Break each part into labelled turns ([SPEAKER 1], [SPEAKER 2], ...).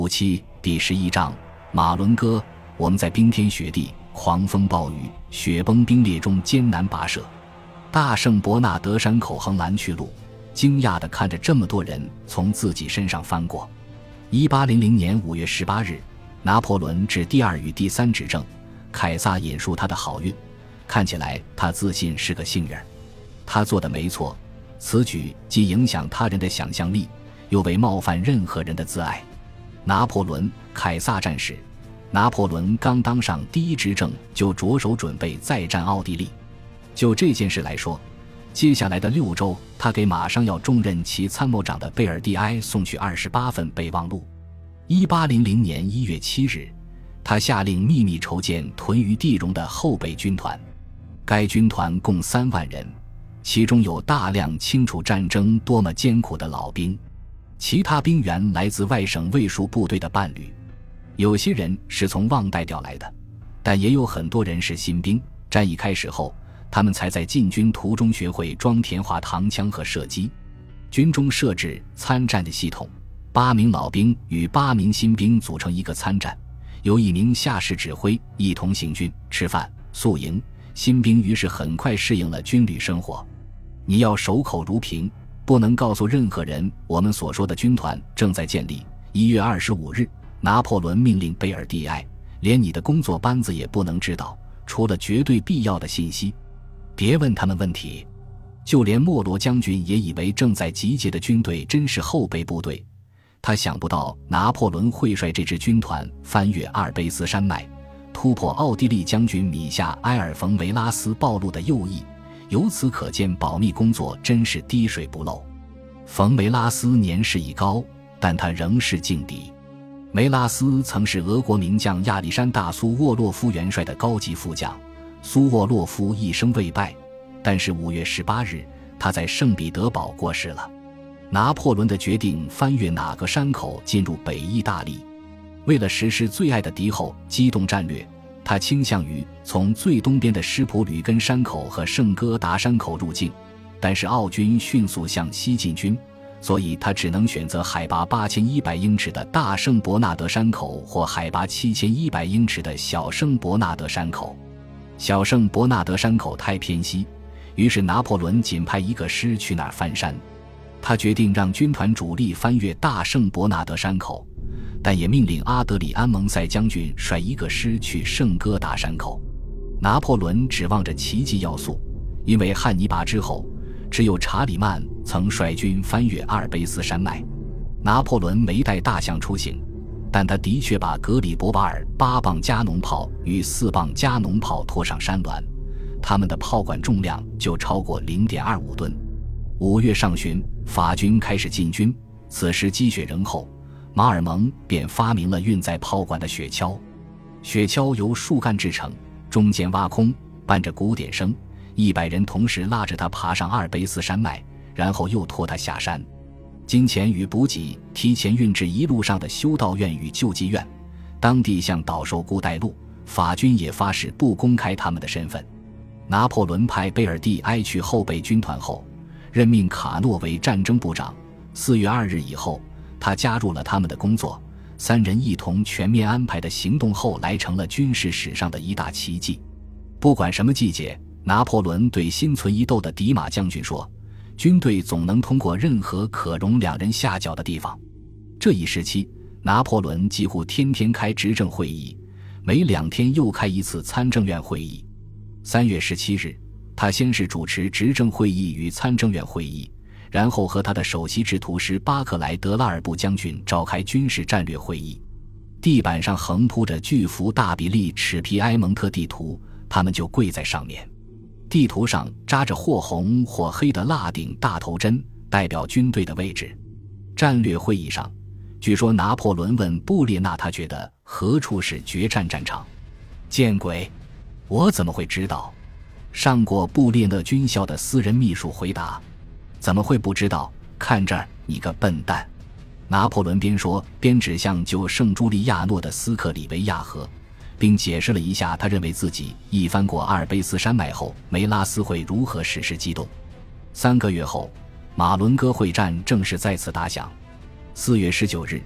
[SPEAKER 1] 第11章马伦哥。我们在冰天雪地、狂风暴雨、雪崩冰裂中艰难跋涉，大圣伯纳德山口横拦去路，惊讶地看着这么多人从自己身上翻过。1800年5月18日，拿破仑致第2与第3指正，凯撒引述他的好运，看起来他自信是个幸运。他做的没错，此举既影响他人的想象力，又未冒犯任何人的自爱。拿破仑，凯撒战士。拿破仑刚当上第1执政就着手准备再战奥地利。就这件事来说，接下来的6周，他给马上要重任其参谋长的贝尔蒂埃送去28份备忘录。1800年1月7日，他下令秘密筹建屯于地荣的后备军团。该军团共3万人，其中有大量清楚战争多么艰苦的老兵，其他兵员来自外省卫戍部队的伴侣。有些人是从旺代调来的，但也有很多人是新兵。战役开始后，他们才在进军途中学会装填滑膛枪和射击。军中设置参战的系统，8名老兵与8名新兵组成一个参战，由1名下士指挥，一同行军、吃饭、宿营。新兵于是很快适应了军旅生活。你要守口如瓶，不能告诉任何人我们所说的军团正在建立。1月25日，拿破仑命令贝尔蒂埃，连你的工作班子也不能知道，除了绝对必要的信息。别问他们问题。就连莫罗将军也以为正在集结的军队真是后备部队。他想不到拿破仑会率这支军团翻越阿尔卑斯山脉，突破奥地利将军米夏埃尔·冯·维拉斯暴露的右翼，由此可见保密工作真是滴水不漏。冯·维拉斯年事已高，但他仍是劲敌。梅拉斯曾是俄国名将亚历山大·苏沃洛夫元帅的高级副将，苏沃洛夫一生未败，但是5月18日，他在圣彼得堡过世了。拿破仑的决定翻越哪个山口进入北意大利，为了实施最爱的敌后机动战略，他倾向于从最东边的施普吕根山口和圣哥达山口入境，但是奥军迅速向西进军，所以他只能选择海拔8100英尺的大圣伯纳德山口或海拔7100英尺的小圣伯纳德山口。小圣伯纳德山口太偏西，于是拿破仑仅派1个师去那儿翻山。他决定让军团主力翻越大圣伯纳德山口，但也命令阿德里安·蒙塞将军率1个师去圣哥达山口。拿破仑指望着奇迹要素，因为汉尼拔之后只有查理曼曾率军翻越阿尔卑斯山脉。拿破仑没带大象出行，但他的确把格里伯瓦尔8磅加农炮与4磅加农炮拖上山峦，他们的炮管重量就超过 0.25 吨。5月上旬，法军开始进军，此时积雪仍厚，马尔蒙便发明了运载炮管的雪橇。雪橇由树干制成，中间挖空，伴着鼓点声，100人同时拉着他爬上阿尔卑斯山脉，然后又拖他下山。金钱与补给提前运至一路上的修道院与救济院，当地向岛受雇带路，法军也发誓不公开他们的身份。拿破仑派贝尔蒂埃去后备军团后，任命卡诺为战争部长。4月2日以后，他加入了他们的工作，3人一同全面安排的行动后来成了军事史上的一大奇迹。不管什么季节，拿破仑对心存疑窦的迪马将军说，军队总能通过任何可容2人下脚的地方。这一时期，拿破仑几乎天天开执政会议，每2天又开一次参政院会议。3月17日，他先是主持执政会议与参政院会议，然后和他的首席制图师巴克莱德拉尔布将军召开军事战略会议。地板上横铺着巨幅大比例齿皮埃蒙特地图，他们就跪在上面。地图上扎着或红或黑的蜡顶大头针，代表军队的位置。战略会议上，据说拿破仑问布列纳，他觉得何处是决战战场。见鬼，我怎么会知道？上过布列讷军校的私人秘书回答，怎么会不知道？看这儿，你个笨蛋！拿破仑边说边指向就圣朱利亚诺的斯克里维亚河，并解释了一下他认为自己一翻过阿尔卑斯山脉后，梅拉斯会如何实施机动。3个月后，马伦哥会战正式再次打响。4月19日，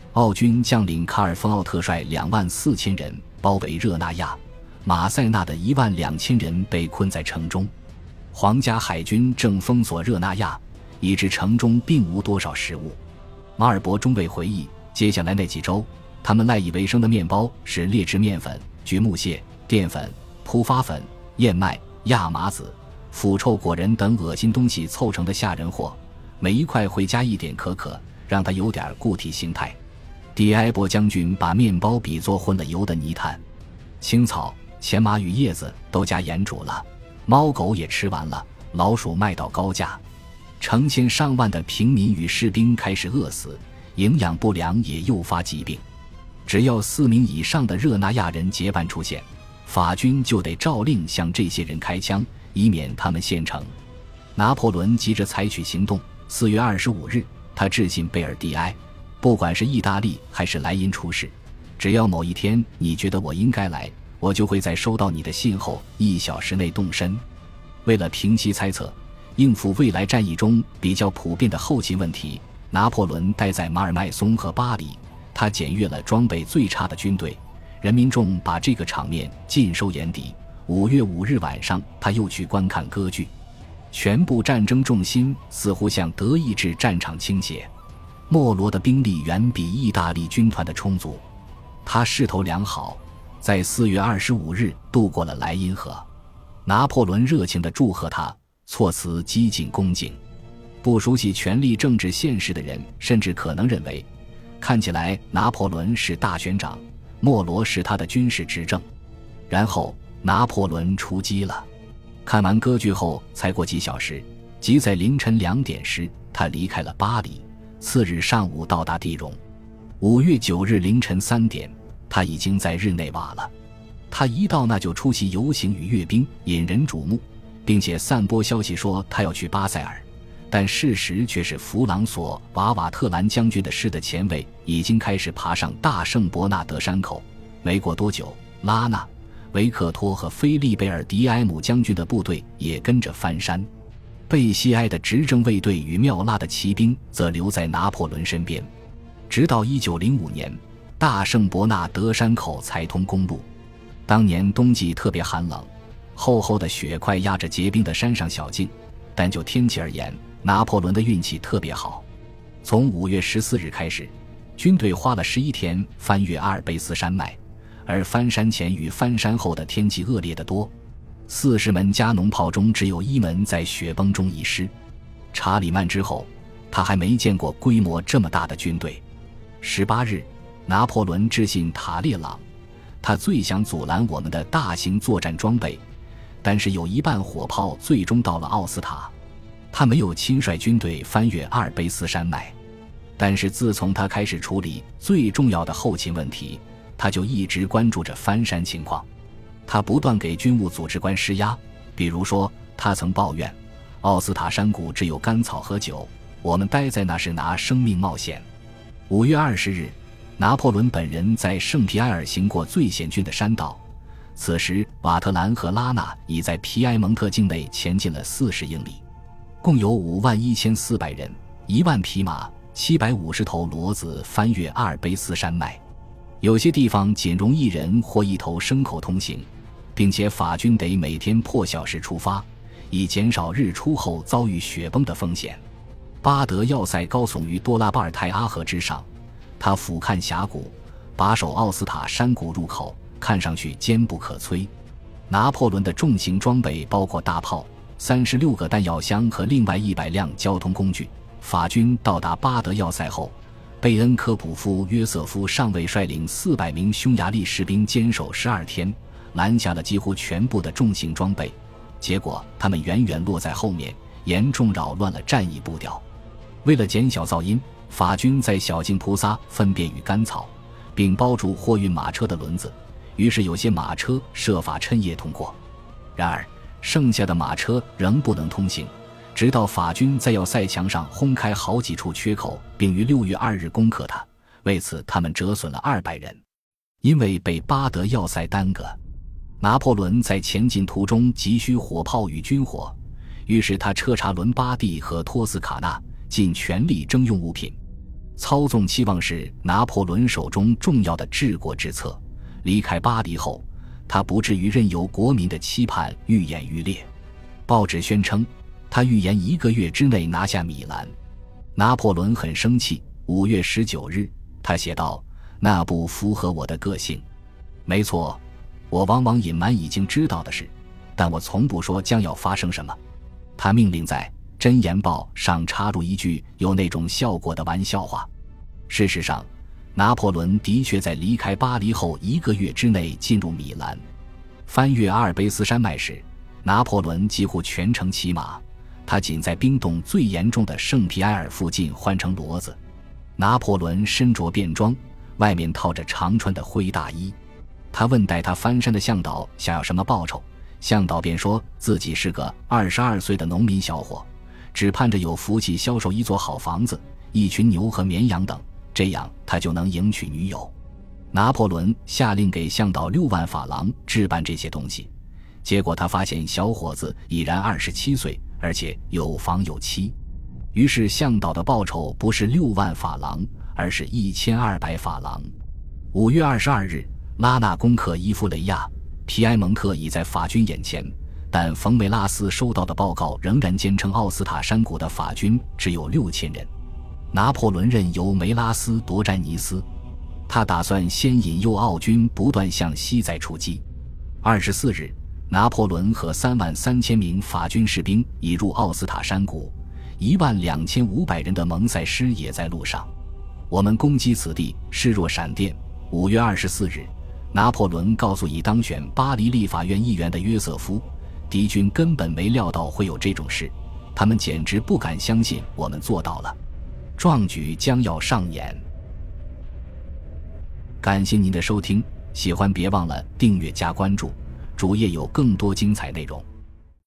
[SPEAKER 1] 奥军将领卡尔·冯·奥特率24000人包围热那亚，马赛纳的12000人被困在城中。皇家海军正封锁热那亚，以致城中并无多少食物。马尔伯中尉回忆，接下来那几周，他们赖以为生的面包是劣质面粉、菊木屑、淀粉、扑发粉、燕麦、亚麻籽、腐臭果仁等恶心东西凑成的吓人货，每一块会加一点可可，让它有点固体形态。迪埃博将军把面包比作混了油的泥炭，青草、前麻与叶子都加盐煮了，猫狗也吃完了，老鼠卖到高价，成千上万的平民与士兵开始饿死，营养不良也诱发疾病。只要4名以上的热那亚人结伴出现，法军就得诏令向这些人开枪，以免他们陷城。拿破仑急着采取行动，4月25日，他致信贝尔蒂埃，不管是意大利还是莱茵出事，只要某一天你觉得我应该来，我就会在收到你的信后1小时内动身。为了平息猜测，应付未来战役中比较普遍的后勤问题，拿破仑待在马尔麦松和巴黎，他检阅了装备最差的军队，人民众把这个场面尽收眼底。5月5日晚上，他又去观看歌剧。全部战争重心似乎向德意志战场倾斜，莫罗的兵力远比意大利军团的充足，他势头良好，在4月25日渡过了莱茵河。拿破仑热情地祝贺他，措辞激进恭敬。不熟悉权力政治现实的人甚至可能认为，看起来拿破仑是大选长，莫罗是他的军事执政。然后拿破仑出击了。看完歌剧后才过几小时，即在凌晨2点时，他离开了巴黎，次日上午到达地荣。5月9日凌晨3点，他已经在日内瓦了。他一到那就出席游行与阅兵，引人瞩目，并且散播消息说他要去巴塞尔，但事实却是弗朗索瓦瓦特兰将军的师的前卫已经开始爬上大圣伯纳德山口。没过多久，拉纳、维克托和菲利贝尔迪埃姆将军的部队也跟着翻山。贝西埃的执政卫队与缪拉的骑兵则留在拿破仑身边，直到1905年，大圣伯纳德山口才通公路。当年冬季特别寒冷，厚厚的雪快压着结冰的山上小径，但就天气而言，拿破仑的运气特别好。从5月14日开始，军队花了11天翻越阿尔卑斯山脉，而翻山前与翻山后的天气恶劣得多。40门加农炮中只有1门在雪崩中遗失。查理曼之后，他还没见过规模这么大的军队。18日，拿破仑致信塔列朗，他最想阻拦我们的大型作战装备，但是有一半火炮最终到了奥斯塔。他没有亲率军队翻越阿尔卑斯山脉，但是自从他开始处理最重要的后勤问题，他就一直关注着翻山情况。他不断给军务组织官施压，比如说他曾抱怨奥斯塔山谷只有干草和酒，我们待在那是拿生命冒险。5月20日，拿破仑本人在圣皮埃尔行过最险峻的山道，此时瓦特兰和拉纳已在皮埃蒙特境内前进了40英里，共有51400人、1万匹马、750头骡子翻越阿尔卑斯山脉。有些地方仅容1人或1头牲口通行，并且法军得每天破晓时出发，以减少日出后遭遇雪崩的风险。巴德要塞高耸于多拉巴尔泰阿河之上，他俯瞰峡谷，把守奥斯塔山谷入口，看上去坚不可摧。拿破仑的重型装备包括大炮、36个弹药箱和另外100辆交通工具。法军到达巴德要塞后，贝恩科普夫约瑟夫上尉率领400名匈牙利士兵坚守12天，拦下了几乎全部的重型装备，结果他们远远落在后面，严重扰乱了战役步调。为了减小噪音，法军在小径铺撒粪便与干草，并包住货运马车的轮子，于是有些马车设法趁夜通过。然而剩下的马车仍不能通行，直到法军在要塞墙上轰开好几处缺口，并于6月2日攻克它，为此他们折损了200人。因为被巴德要塞耽搁，拿破仑在前进途中急需火炮与军火，于是他彻查伦巴第和托斯卡纳，尽全力征用物品。 操纵期望是拿破仑手中重要的治国之策。离开巴黎后，他不至于任由国民的期盼愈演愈烈。报纸宣称，他预言1个月之内拿下米兰。拿破仑很生气。5月19日，他写道：“那不符合我的个性。没错，我往往隐瞒已经知道的事，但我从不说将要发生什么。”他命令在《箴言报》上插入一句有那种效果的玩笑话。事实上，拿破仑的确在离开巴黎后1个月之内进入米兰。翻越阿尔卑斯山脉时，拿破仑几乎全程骑马，他仅在冰冻最严重的圣皮埃尔附近换成骡子。拿破仑身着便装，外面套着长穿的灰大衣。他问带他翻山的向导想要什么报酬，向导便说自己是个22岁的农民小伙，只盼着有福气销售一座好房子、一群牛和绵羊等，这样他就能迎娶女友。拿破仑下令给向导6万法郎置办这些东西，结果他发现小伙子已然27岁，而且有房有妻。于是向导的报酬不是6万法郎，而是1200法郎。5月22日，拉纳攻克伊夫雷亚，皮埃蒙特已在法军眼前，但冯梅拉斯收到的报告仍然坚称奥斯塔山谷的法军只有6000人。拿破仑任由梅拉斯夺占尼斯，他打算先引诱奥军不断向西再出击。24日，拿破仑和33000名法军士兵已入奥斯塔山谷，12500人的蒙塞师也在路上。我们攻击此地势若闪电。5月24日，拿破仑告诉已当选巴黎立法院议员的约瑟夫，敌军根本没料到会有这种事，他们简直不敢相信我们做到了。壮举将要上演。感谢您的收听，喜欢别忘了订阅加关注，主页有更多精彩内容。